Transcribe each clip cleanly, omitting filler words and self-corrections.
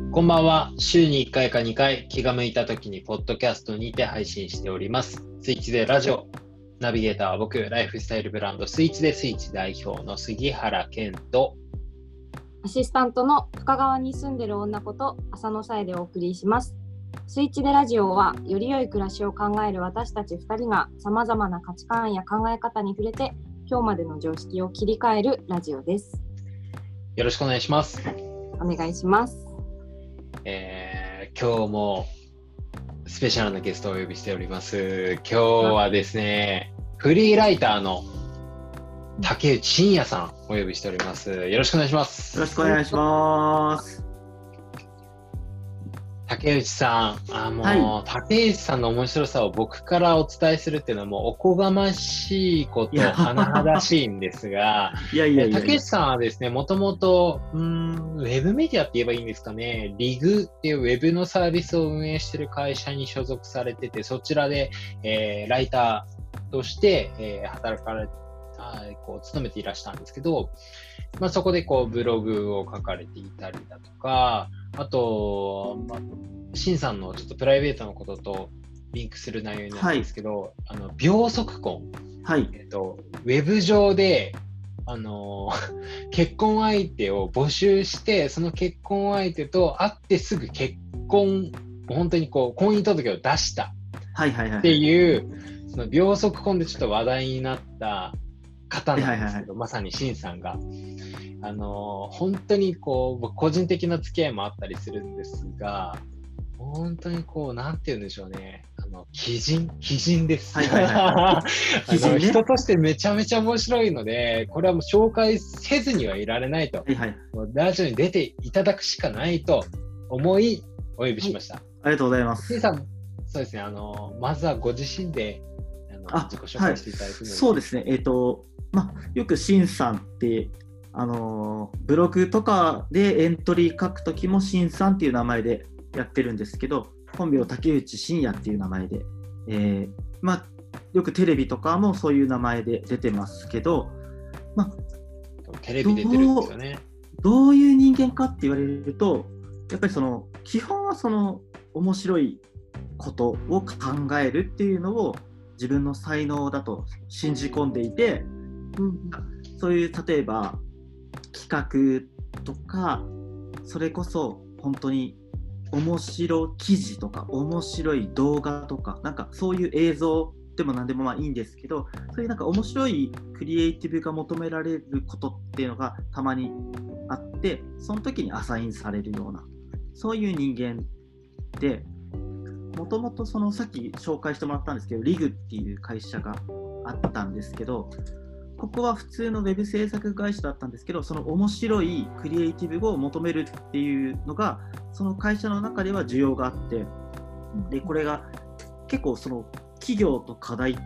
こんばんは。週に1回か2回気が向いた時にポッドキャストにて配信しております。スイッチでラジオ。ナビゲーターは僕、ライフスタイルブランドスイッチでスイッチ代表の杉原健とアシスタントの深川に住んでる女こと浅野さえでお送りします。スイッチでラジオはより良い暮らしを考える私たち2人がさまざまな価値観や考え方に触れて今日までの常識を切り替えるラジオです。 よろしくお願いします。 お願いします。 今日もスペシャルなゲストをお呼びしております。今日はですね、フリーライターの竹内真也さんをお呼びしております。よろしくお願いします。 よろしくお願いします。 竹内さん、竹内さんの面白さを僕からお伝えするっていうのはもうおこがましいこと甚だしいんですが竹内さんはですね、もともとウェブメディアって言えばいいんですかね、リグっていうウェブのサービスを運営している会社に所属されてて、そちらで、ライターとして、働かれ勤めていらしたんですけど、そこでブログを書かれていたりだとか、あと、シンさんのちょっとプライベートのこととリンクする内容になるんですけど、秒速婚、ウェブ上で、結婚相手を募集して、その結婚相手と会ってすぐ結婚、本当に婚姻届を出したっていう、その秒速婚でちょっと話題になった方なんですけど、まさにシンさんが。本当に僕個人的な付き合いもあったりするんですが、本当になんて言うんでしょうね、奇人です。人としてめちゃめちゃ面白いので、これはもう紹介せずにはいられないと、ラジオに出ていただくしかないと思いお呼びしました。 ありがとうございます。 シンさん、そうですね、まずはご自身で自己紹介していただくので。 そうですね、よくシンさんってブログとかでエントリー書くときもシンさんっていう名前でやってるんですけど、本名竹内真也っていう名前で、よくテレビとかもそういう名前で出てますけど、 テレビ出てるんですよね。 どういう人間かって言われると、やっぱり基本は面白いことを考えるっていうのを自分の才能だと信じ込んでいて、そういう例えば企画とか、それこそ本当に面白記事とか面白い動画とか、そういう映像でも何でもいいんですけど、そういう面白いクリエイティブが求められることっていうのがたまにあって、その時にアサインされるような、そういう人間で、もともとさっき紹介してもらったんですけど、リグっていう会社があったんですけど、ここは普通のウェブ制作会社だったんですけど、その面白いクリエイティブを求めるっていうのがその会社の中では需要があって、でこれが結構企業と課題って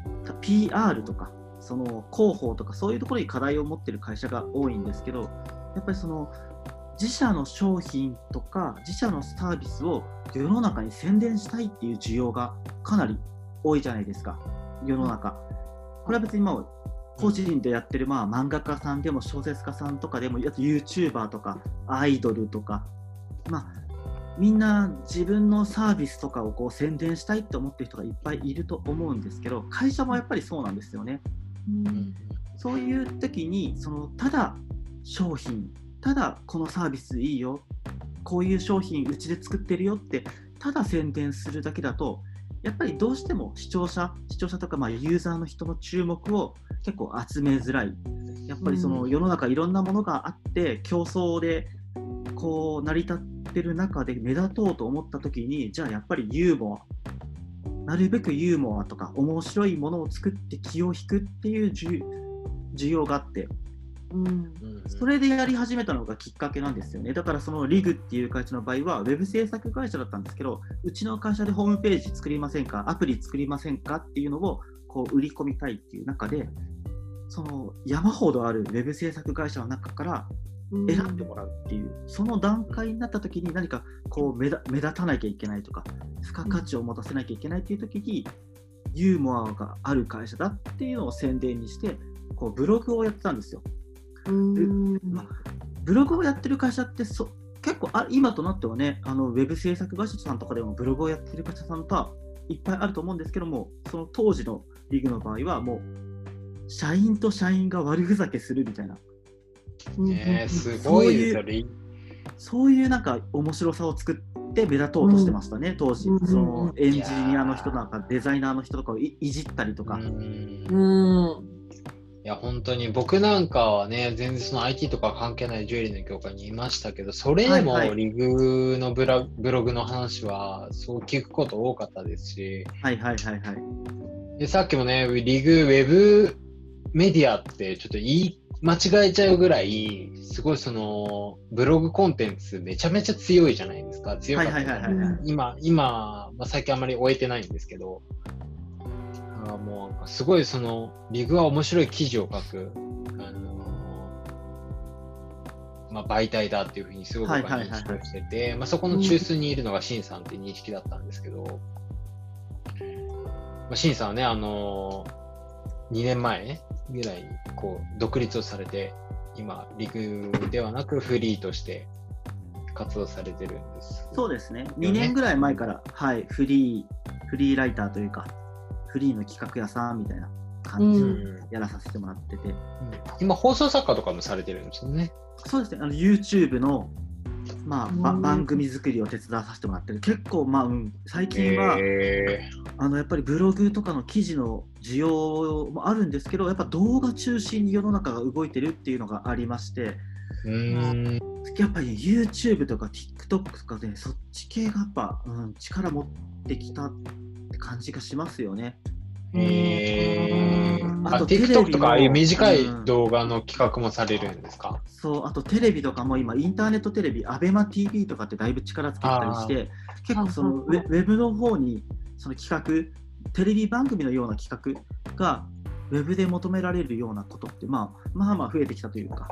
PR とか広報とかそういうところに課題を持っている会社が多いんですけど、やっぱり自社の商品とか自社のサービスを世の中に宣伝したいっていう需要がかなり多いじゃないですか、世の中。これは別に個人でやってる漫画家さんでも小説家さんとかでも、あと YouTuber とかアイドルとか、みんな自分のサービスとかを宣伝したいって思ってる人がいっぱいいると思うんですけど、会社もやっぱりそうなんですよね。そういう時にただ商品、ただこのサービスいいよ、こういう商品うちで作ってるよってただ宣伝するだけだと、やっぱりどうしても視聴者とかユーザーの人の注目を結構集めづらい。やっぱり世の中いろんなものがあって競争で成り立ってる中で目立とうと思った時に、じゃあやっぱりなるべくユーモアとか面白いものを作って気を引くっていう需要があって、それでやり始めたのがきっかけなんですよね。だからリグっていう会社の場合はウェブ制作会社だったんですけど、うちの会社でホームページ作りませんか、アプリ作りませんかっていうのを売り込みたいっていう中で、山ほどあるウェブ制作会社の中から選んでもらうっていう、その段階になった時に何か目立たなきゃいけないとか、付加価値を持たせなきゃいけないっていう時に、ユーモアがある会社だっていうのを宣伝にしてブログをやってたんですよ。ブログをやってる会社って結構今となってはね、ウェブ制作会社さんとかでもブログをやってる会社さんとはいっぱいあると思うんですけども、その当時のリグの場合はもう社員と社員が悪ふざけするみたいな、 すごいですよね。 そういうなんか面白さを作って目立とうとしてましたね、当時。そのエンジニアの人なんかデザイナーの人とかを いじったりとか。 いや本当に僕なんかはね、全然その IT とか関係ないジュエリーの業界にいましたけど、それでもリグのブログの話はそう聞くこと多かったですし、でさっきもね、リグウェブメディアってちょっと言い間違えちゃうぐらい、すごいそのブログコンテンツめちゃめちゃ強いじゃないですか。強かった。今、最近あんまり終えてないんですけど、もうすごいそのリグは面白い記事を書く、媒体だっていうふうにすごく認識をしてて、そこの中枢にいるのがシンさんって認識だったんですけど、シンさんはね、2年前ぐらいにこう独立をされて、今リグではなくフリーとして活動されてるんです。 そうですね。2年ぐらい前から、フリーライターというか、フリーの企画屋さんみたいな感じでやらさせてもらってて、 今放送作家とかもされてるんですよね。 そうですね。YouTube の、番組作りを手伝わさせてもらってる。結構、最近は、やっぱりブログとかの記事の需要もあるんですけど、やっぱ動画中心に世の中が動いてるっていうのがありまして、やっぱり YouTube とか TikTok とかで、そっち系がやっぱ、力持ってきたって感じがしますよね。 あと TikTok とかああいう短い動画の企画もされるんですか？ そう、あとテレビとかも今インターネットテレビ、ABEMATV とかってだいぶ力つけたりして、結構そのウェブの方にその企画、テレビ番組のような企画がウェブで求められるようなことって増えてきたというか。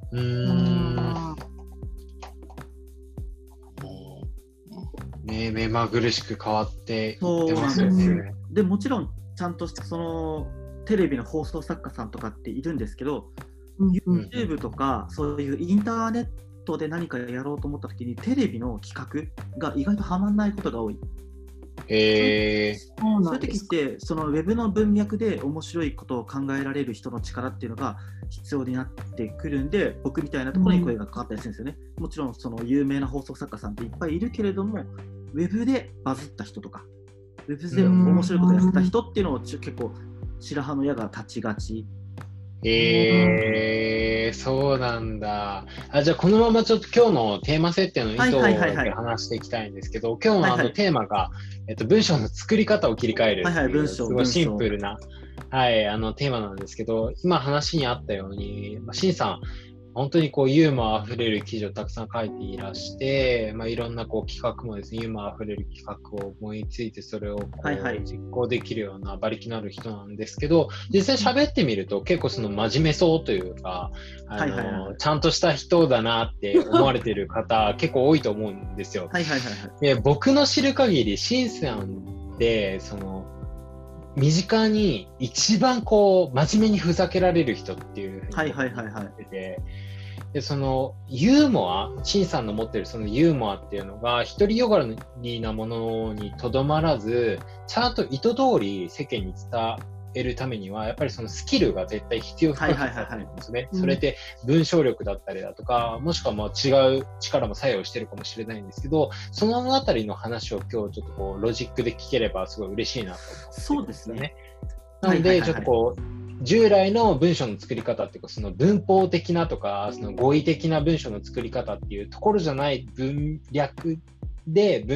目まぐるしく変わっていってますよね。 でもちろんちゃんとそのテレビの放送作家さんとかっているんですけど、YouTube とかそういうインターネットで何かやろうと思った時にテレビの企画が意外とはまらないことが多い。そういう時ってそのウェブの文脈で面白いことを考えられる人の力っていうのが必要になってくるんで、僕みたいなところに声がかかったりするんですよね。もちろんその有名な放送作家さんっていっぱいいるけれども、ウェブでバズった人とかウェブで面白いことやってた人っていうのを結構白羽の矢が立ちがち。 そうなんだ。じゃあこのままちょっと今日のテーマ設定の意図で話していきたいんですけど、今日のテーマが、文章の作り方を切り替えるっていう、すごいシンプルな、テーマなんですけど、今話にあったように、シンさん本当にこうユーモアあふれる記事をたくさん書いていらして、いろんなこう企画もですね、ユーモアあふれる企画を思いついてそれをこう実行できるような馬力のある人なんですけど、実際喋ってみると結構その真面目そうというか、ちゃんとした人だなって思われている方結構多いと思うんですよ。で、僕の知る限りシンさんってその身近に一番こう真面目にふざけられる人っていうふうに思ってて、でそのユーモア、シンさんの持ってるそのユーモアっていうのが独りよがりなものにとどまらず、ちゃんと意図通り世間に伝えるためにはやっぱりそのスキルが絶対必要不可欠だと思うんですね。それって文章力だったりだとか、もしくは違う力も作用してるかもしれないんですけど、そのあたりの話を今日ちょっとこうロジックで聞ければすごい嬉しいなと思って、 そうですね。 なのでちょっとこう従来の文章の作り方っていうか、その文法的なとかその語彙的な文章の作り方っていうところじゃない文脈で、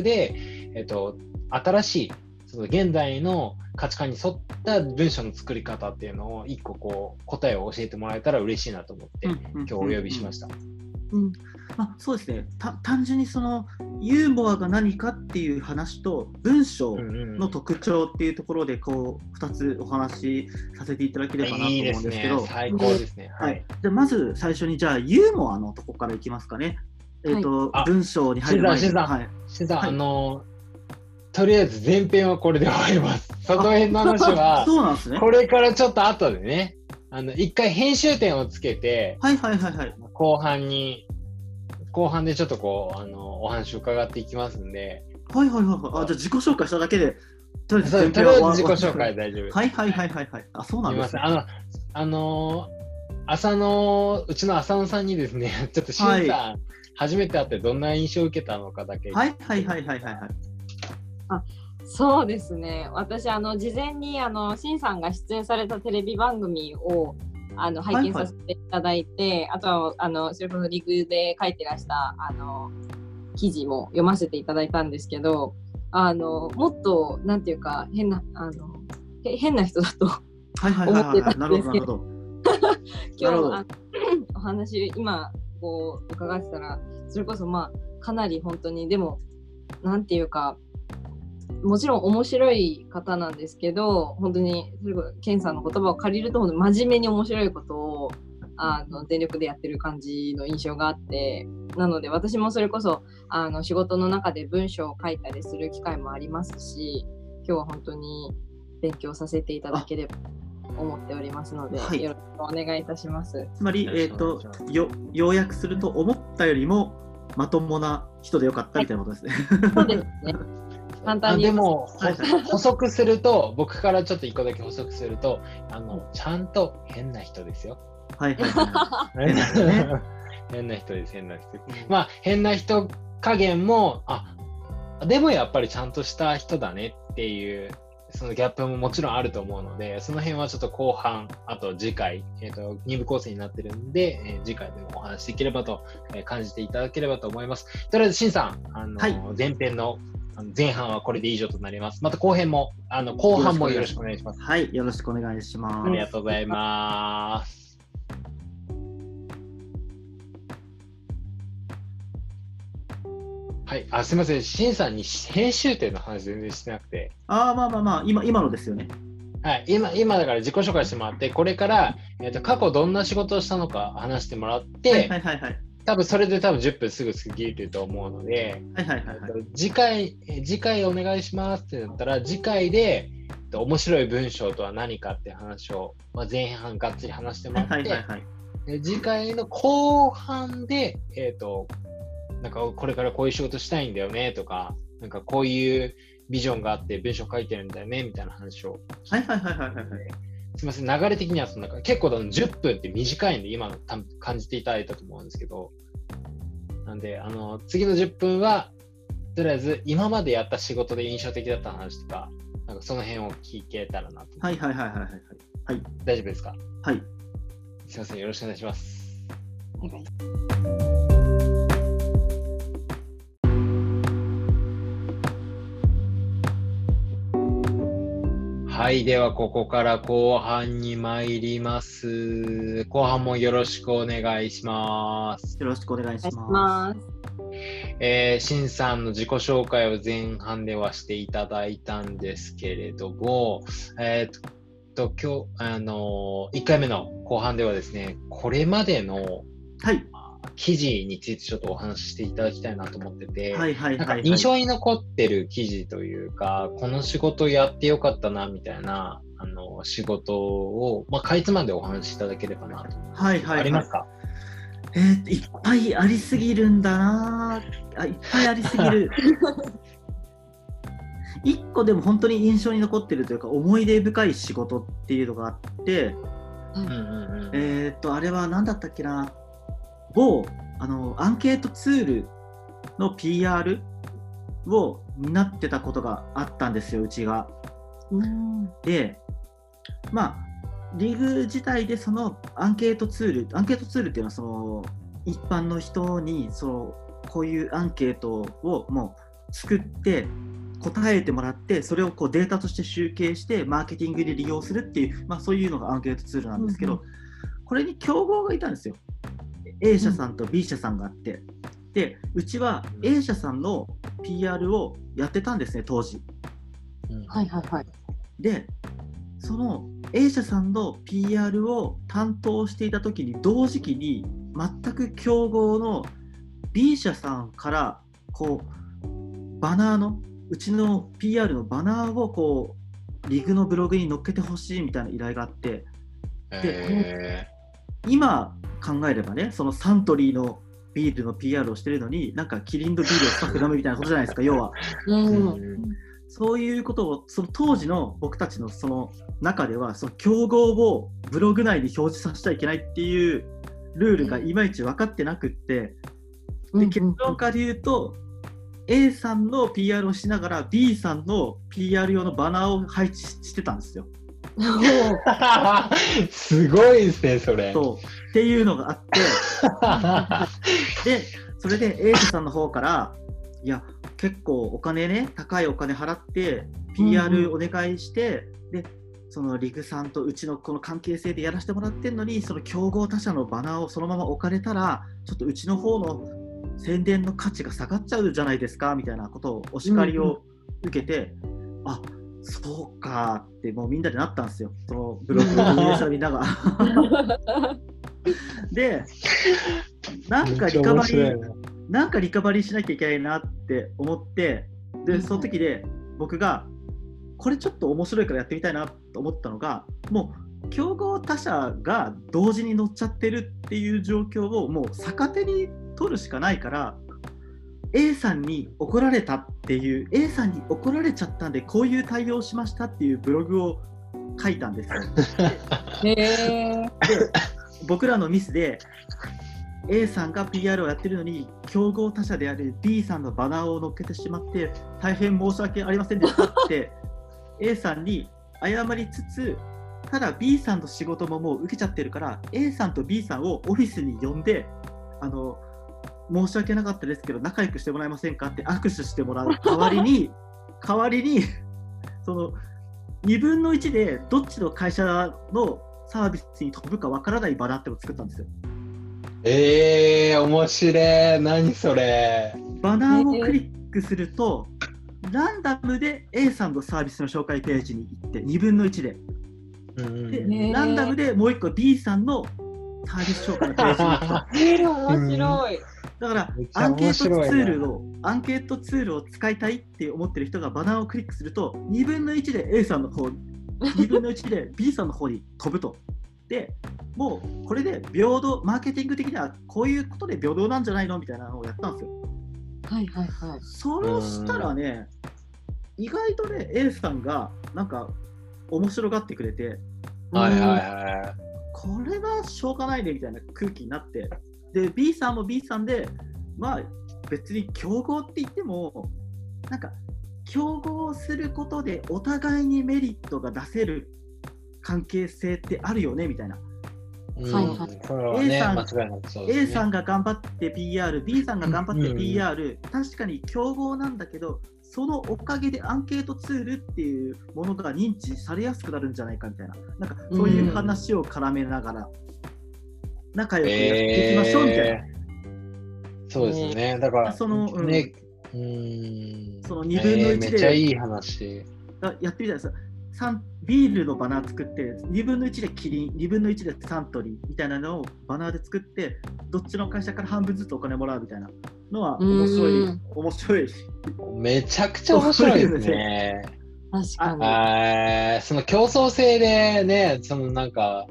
新しいその現代の価値観に沿った文章の作り方っていうのを一個こう答えを教えてもらえたら嬉しいなと思って今日お呼びしました。 そうですね。単純にそのユーモアが何かっていう話と文章の特徴っていうところでこう2つお話しさせていただければなと思うんですけど、 最高ですね。 じゃあまず最初にじゃあユーモアのとこからいきますかね。文章に入る前に。 シザン、とりあえず前編はこれで終わります。その辺の話はそうなんですね。 これからちょっと後でね、一回編集点をつけて、後半に後半でちょっとこうお話を伺っていきますんで。 はいはいはいはい。じゃあ自己紹介しただけで、 とりあえず自己紹介大丈夫。 はいはいはいはいはい。あ、そうなんですね。 うちの浅野さんにですね、ちょっとしんさん、初めて会ってどんな印象を受けたのかだけ。 はいはいはいはいはい。 そうですね。私事前にしんさんが出演されたテレビ番組を拝見させていただいて、あとはそれこそリグで書いてらした記事も読ませていただいたんですけど、もっとなんていうか変な人だと思ってたんですけど、今日お話今こう伺ってたら、それこそかなり本当に、でもなんていうか、もちろん面白い方なんですけど、本当にケンさんの言葉を借りると真面目に面白いことを全力でやってる感じの印象があって、なので私もそれこそ仕事の中で文章を書いたりする機会もありますし、今日は本当に勉強させていただければと思っておりますので、はい、よろしくお願いいたします。 つまり、要約すると、思ったよりもまともな人でよかったみたいなことですね。 そうですね。簡単にでも、補足すると、僕からちょっと一個だけ補足すると、ちゃんと変な人ですよ。 はいはいはい。 変な人です、変な人。変な人加減も、でもやっぱりちゃんとした人だねっていう、そのギャップももちろんあると思うので、その辺はちょっと後半、あと次回、2部構成になってるんで、次回でもお話しできればと、感じていただければと思います。とりあえず、しんさん、はい、前編の前半はこれで以上となります。また後編も、後半もよろしくお願いします。 はい、よろしくお願いします。 ありがとうございます。はい、すみません、しんさんに編集点の話全然してなくて。 今のですよね。 はい、今だから自己紹介してもらって、これから、過去どんな仕事をしたのか話してもらって、多分それで10分すぐ過ぎると思うので、次回お願いしますってなったら、次回で面白い文章とは何かって話を、前半がっつり話してもらって、次回の後半で、なんかこれからこういう仕事したいんだよねとか、なんかこういうビジョンがあって文章書いてるんだよねみたいな話を。すみません、流れ的にはそんな結構10分って短いんで、今の感じていただいたと思うんですけど、なんで次の10分はとりあえず今までやった仕事で印象的だった話とか、なんかその辺を聞けたらなと。 はい。 大丈夫ですか？ はい。 すみません、よろしくお願いします。はい、ではここから後半に参ります。後半もよろしくお願いします。 よろしくお願いします。 しんさんの自己紹介を前半ではしていただいたんですけれども、今日1回目の後半ではですね、これまでの、記事についてちょっとお話ししていただきたいなと思ってて、なんか印象に残ってる記事というか、この仕事やってよかったなみたいな仕事を、かいつまんでお話しいただければなと思います。ありますか？ いっぱいありすぎるんだな。いっぱいありすぎる。一個でも本当に印象に残ってるというか、思い出深い仕事っていうのがあって、あれは何だったっけな。某アンケートツールの PR を担ってたことがあったんですよ、うちが。で、リグ自体でそのアンケートツールっていうのはその一般の人にこういうアンケートをもう作って答えてもらって、それをこうデータとして集計してマーケティングで利用するっていう、そういうのがアンケートツールなんですけど、これに競合がいたんですよ。A 社さんと B 社さんがあって、でうちは A 社さんの PR をやってたんですね、当時。でその A 社さんの PR を担当していた時に、同時期に全く競合の B 社さんからこうバナーのうちの PR のバナーをこうリグのブログに載っけてほしいみたいな依頼があって、で今考えればね、そのサントリーのビールの PR をしてるのに、なんかキリンのビールをスタッフ飲むみたいなことじゃないですか、要は。そういうことを、その当時の僕たちのその中では、その競合をブログ内に表示させちゃいけないっていうルールがいまいち分かってなくって、で結論から言うと、A さんの PR をしながら B さんの PR 用のバナーを配置してたんですよ。 すごいですね、それ。 そうっていうのがあってで、それで A さんの方から、いや結構お金ね、高いお金払って PR お願いして、でそのリグさんとうちのこの関係性でやらせてもらってるのに、その競合他社のバナーをそのまま置かれたら、ちょっとうちの方の宣伝の価値が下がっちゃうじゃないですかみたいなことをお叱りを受けて、あ、そうかってもうみんなでなったんですよ、そのブログの運営者みんながで、なんかリカバリーしなきゃいけないなって思って、でその時で僕がこれちょっと面白いからやってみたいなと思ったのが、もう競合他社が同時に乗っちゃってるっていう状況をもう逆手に取るしかないから、 A さんに怒られたっていう、 A さんに怒られちゃったんでこういう対応しましたっていうブログを書いたんですよ。で僕らのミスで A さんが PR をやってるのに競合他社である B さんのバナーを乗っけてしまって大変申し訳ありませんでしたって A さんに謝りつつ、ただ B さんの仕事ももう受けちゃってるから A さんと B さんをオフィスに呼んで、申し訳なかったですけど仲良くしてもらえませんかって握手してもらう代わりにその2分の1でどっちの会社のサービスに飛ぶかわからないバナーってのを作ったんですよ。 面白い。何それ。 バナーをクリックすると、ランダムで A さんのサービスの紹介ページに行って2分の1で、でランダムでもう1個 B さんのサービス紹介のページに行くと面白い。 だからアンケートツールを使いたいって思ってる人がバナーをクリックすると2分の1で A さんの方に2分の1で B さんの方に飛ぶと。でもうこれで平等、マーケティング的にはこういうことで平等なんじゃないのみたいなのをやったんですよ。 はいはいはい。 そうしたらね、意外とね A さんがなんか面白がってくれて、 はいはいはい、 これはしょうがないねみたいな空気になって、で B さんも B さんで、まあ別に競合って言ってもなんか競合することでお互いにメリットが出せる関係性ってあるよねみたいな。A さんが頑張って PR、B さんが頑張って PR、確かに競合なんだけど、そのおかげでアンケートツールっていうものが認知されやすくなるんじゃないかみたいな、なんかそういう話を絡めながら仲良くやっていきましょうみたいな。 そうですね。だからその、 その2分の1で、めっちゃいい話やってみたいです。ビールのバナー作って2分の1でキリン、2分の1でサントリーみたいなのをバナーで作って、どっちの会社から半分ずつお金もらうみたいなのは面白い。 めちゃくちゃ面白いですね。 確かに。その競争性でね、そのなんか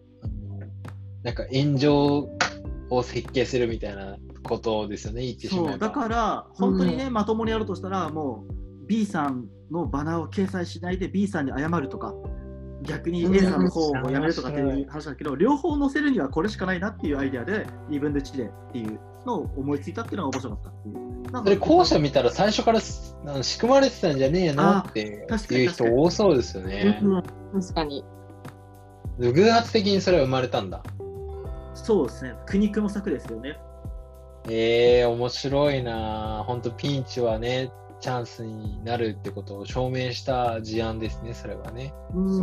炎上を設計するみたいなことですよね、言ってしまえば。 そうだから本当にね、まともにやろうとしたらもう B さんのバナーを掲載しないで B さんに謝るとか、逆に A さんの方をやめるとかっていう話だけど、両方載せるにはこれしかないなっていうアイデアで2分の1でっていうのを思いついたっていうのが面白かったっていう。 それ後者見たら最初から仕組まれてたんじゃねえのっていう人多そうですよね。 確かに。 偶発的にそれは生まれたんだ。 そうですね。苦肉の策ですよね。 面白いな。本当ピンチはね、チャンスになるってことを証明した事案ですね、それはね。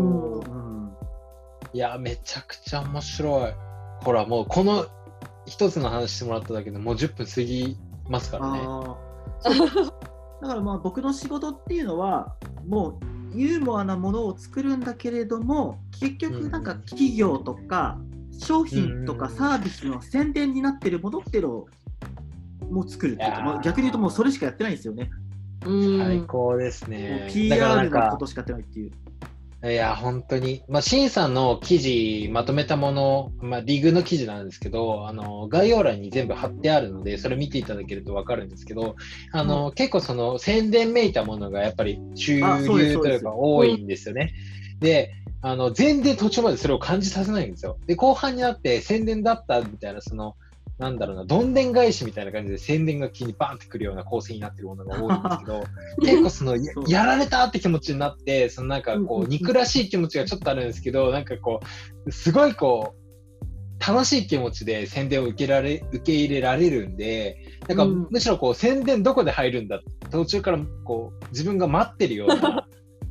いや、めちゃくちゃ面白い。ほら、もうこの一つの話してもらっただけでもう10分過ぎますからね。 だからまあ僕の仕事っていうのはもうユーモアなものを作るんだけれども、結局なんか企業とか商品とかサービスの宣伝になってるものっていうのをもう作るっていうか、逆に言うともうそれしかやってないんですよね。 最高ですね。 PR のことしかやってないっていう。 いや、本当に。シンさんの記事、まとめたもの、リグの記事なんですけど、概要欄に全部貼ってあるので、それ見ていただけるとわかるんですけど、結構その宣伝めいたものがやっぱり主流というか多いんですよね。で、全然途中までそれを感じさせないんですよ。で、後半になって宣伝だったみたいな、なんだろうな、どんでん返しみたいな感じで宣伝が急にバーンってくるような構成になってるものが多いんですけど、結構やられたって気持ちになって、なんかこう、憎らしい気持ちがちょっとあるんですけど、なんかこう、すごいこう、楽しい気持ちで宣伝を受け入れられるんで、なんかむしろこう、宣伝どこで入るんだ、途中からこう、自分が待ってるような、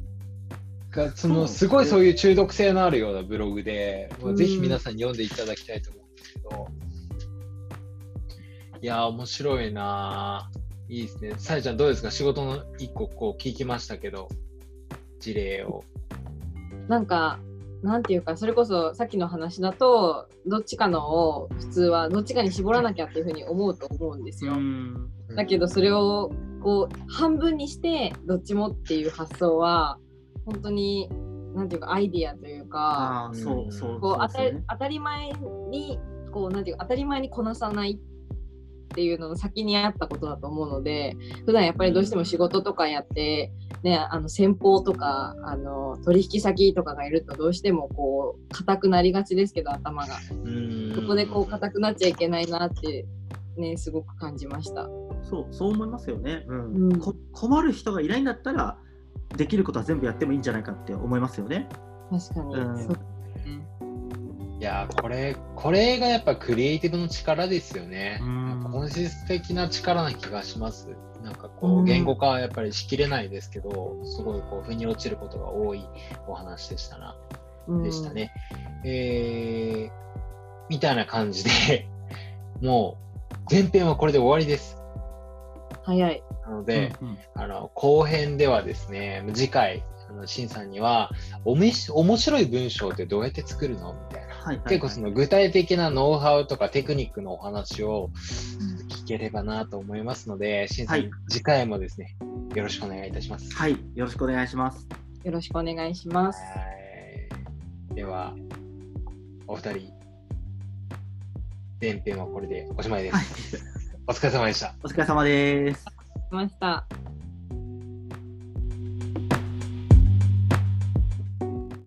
すごいそういう中毒性のあるようなブログで、ぜひ皆さんに読んでいただきたいと思うんですけど、いやー、面白いなー。いいですね。さえちゃんどうですか？仕事の一個こう聞きましたけど、事例を。 なんか、なんていうか、それこそさっきの話だと、どっちかのを普通はどっちかに絞らなきゃっていうふうに思うと思うんですよ。だけどそれをこう半分にしてどっちもっていう発想は本当になんていうかアイディアというか、当たり前にこうなんていうか当たり前にこなさないっていうのの先にあったことだと思うので、普段やっぱりどうしても仕事とかやってね、先方とか取引先とかがいるとどうしてもこう硬くなりがちですけど、頭がそこでこう硬くなっちゃいけないなってね、すごく感じました。 そう思いますよね。困る人がいないんだったらできることは全部やってもいいんじゃないかって思いますよね。 確かに、 いや、これがやっぱクリエイティブの力ですよね。本質的な力な気がします。なんかこう言語化はやっぱりしきれないですけど、すごいこう腑に落ちることが多いお話でしたね。みたいな感じでもう前編はこれで終わりです。 早い。 なので、後編ではですね、次回シンさんには面白い文章ってどうやって作るのみたいな、結構その具体的なノウハウとかテクニックのお話を聞ければなと思いますので、シンさん、次回もですね、よろしくお願いいたします。 はい、よろしくお願いします。 よろしくお願いします。 ではお二人、前編はこれでおしまいです。お疲れ様でした。 お疲れ様です。 ました。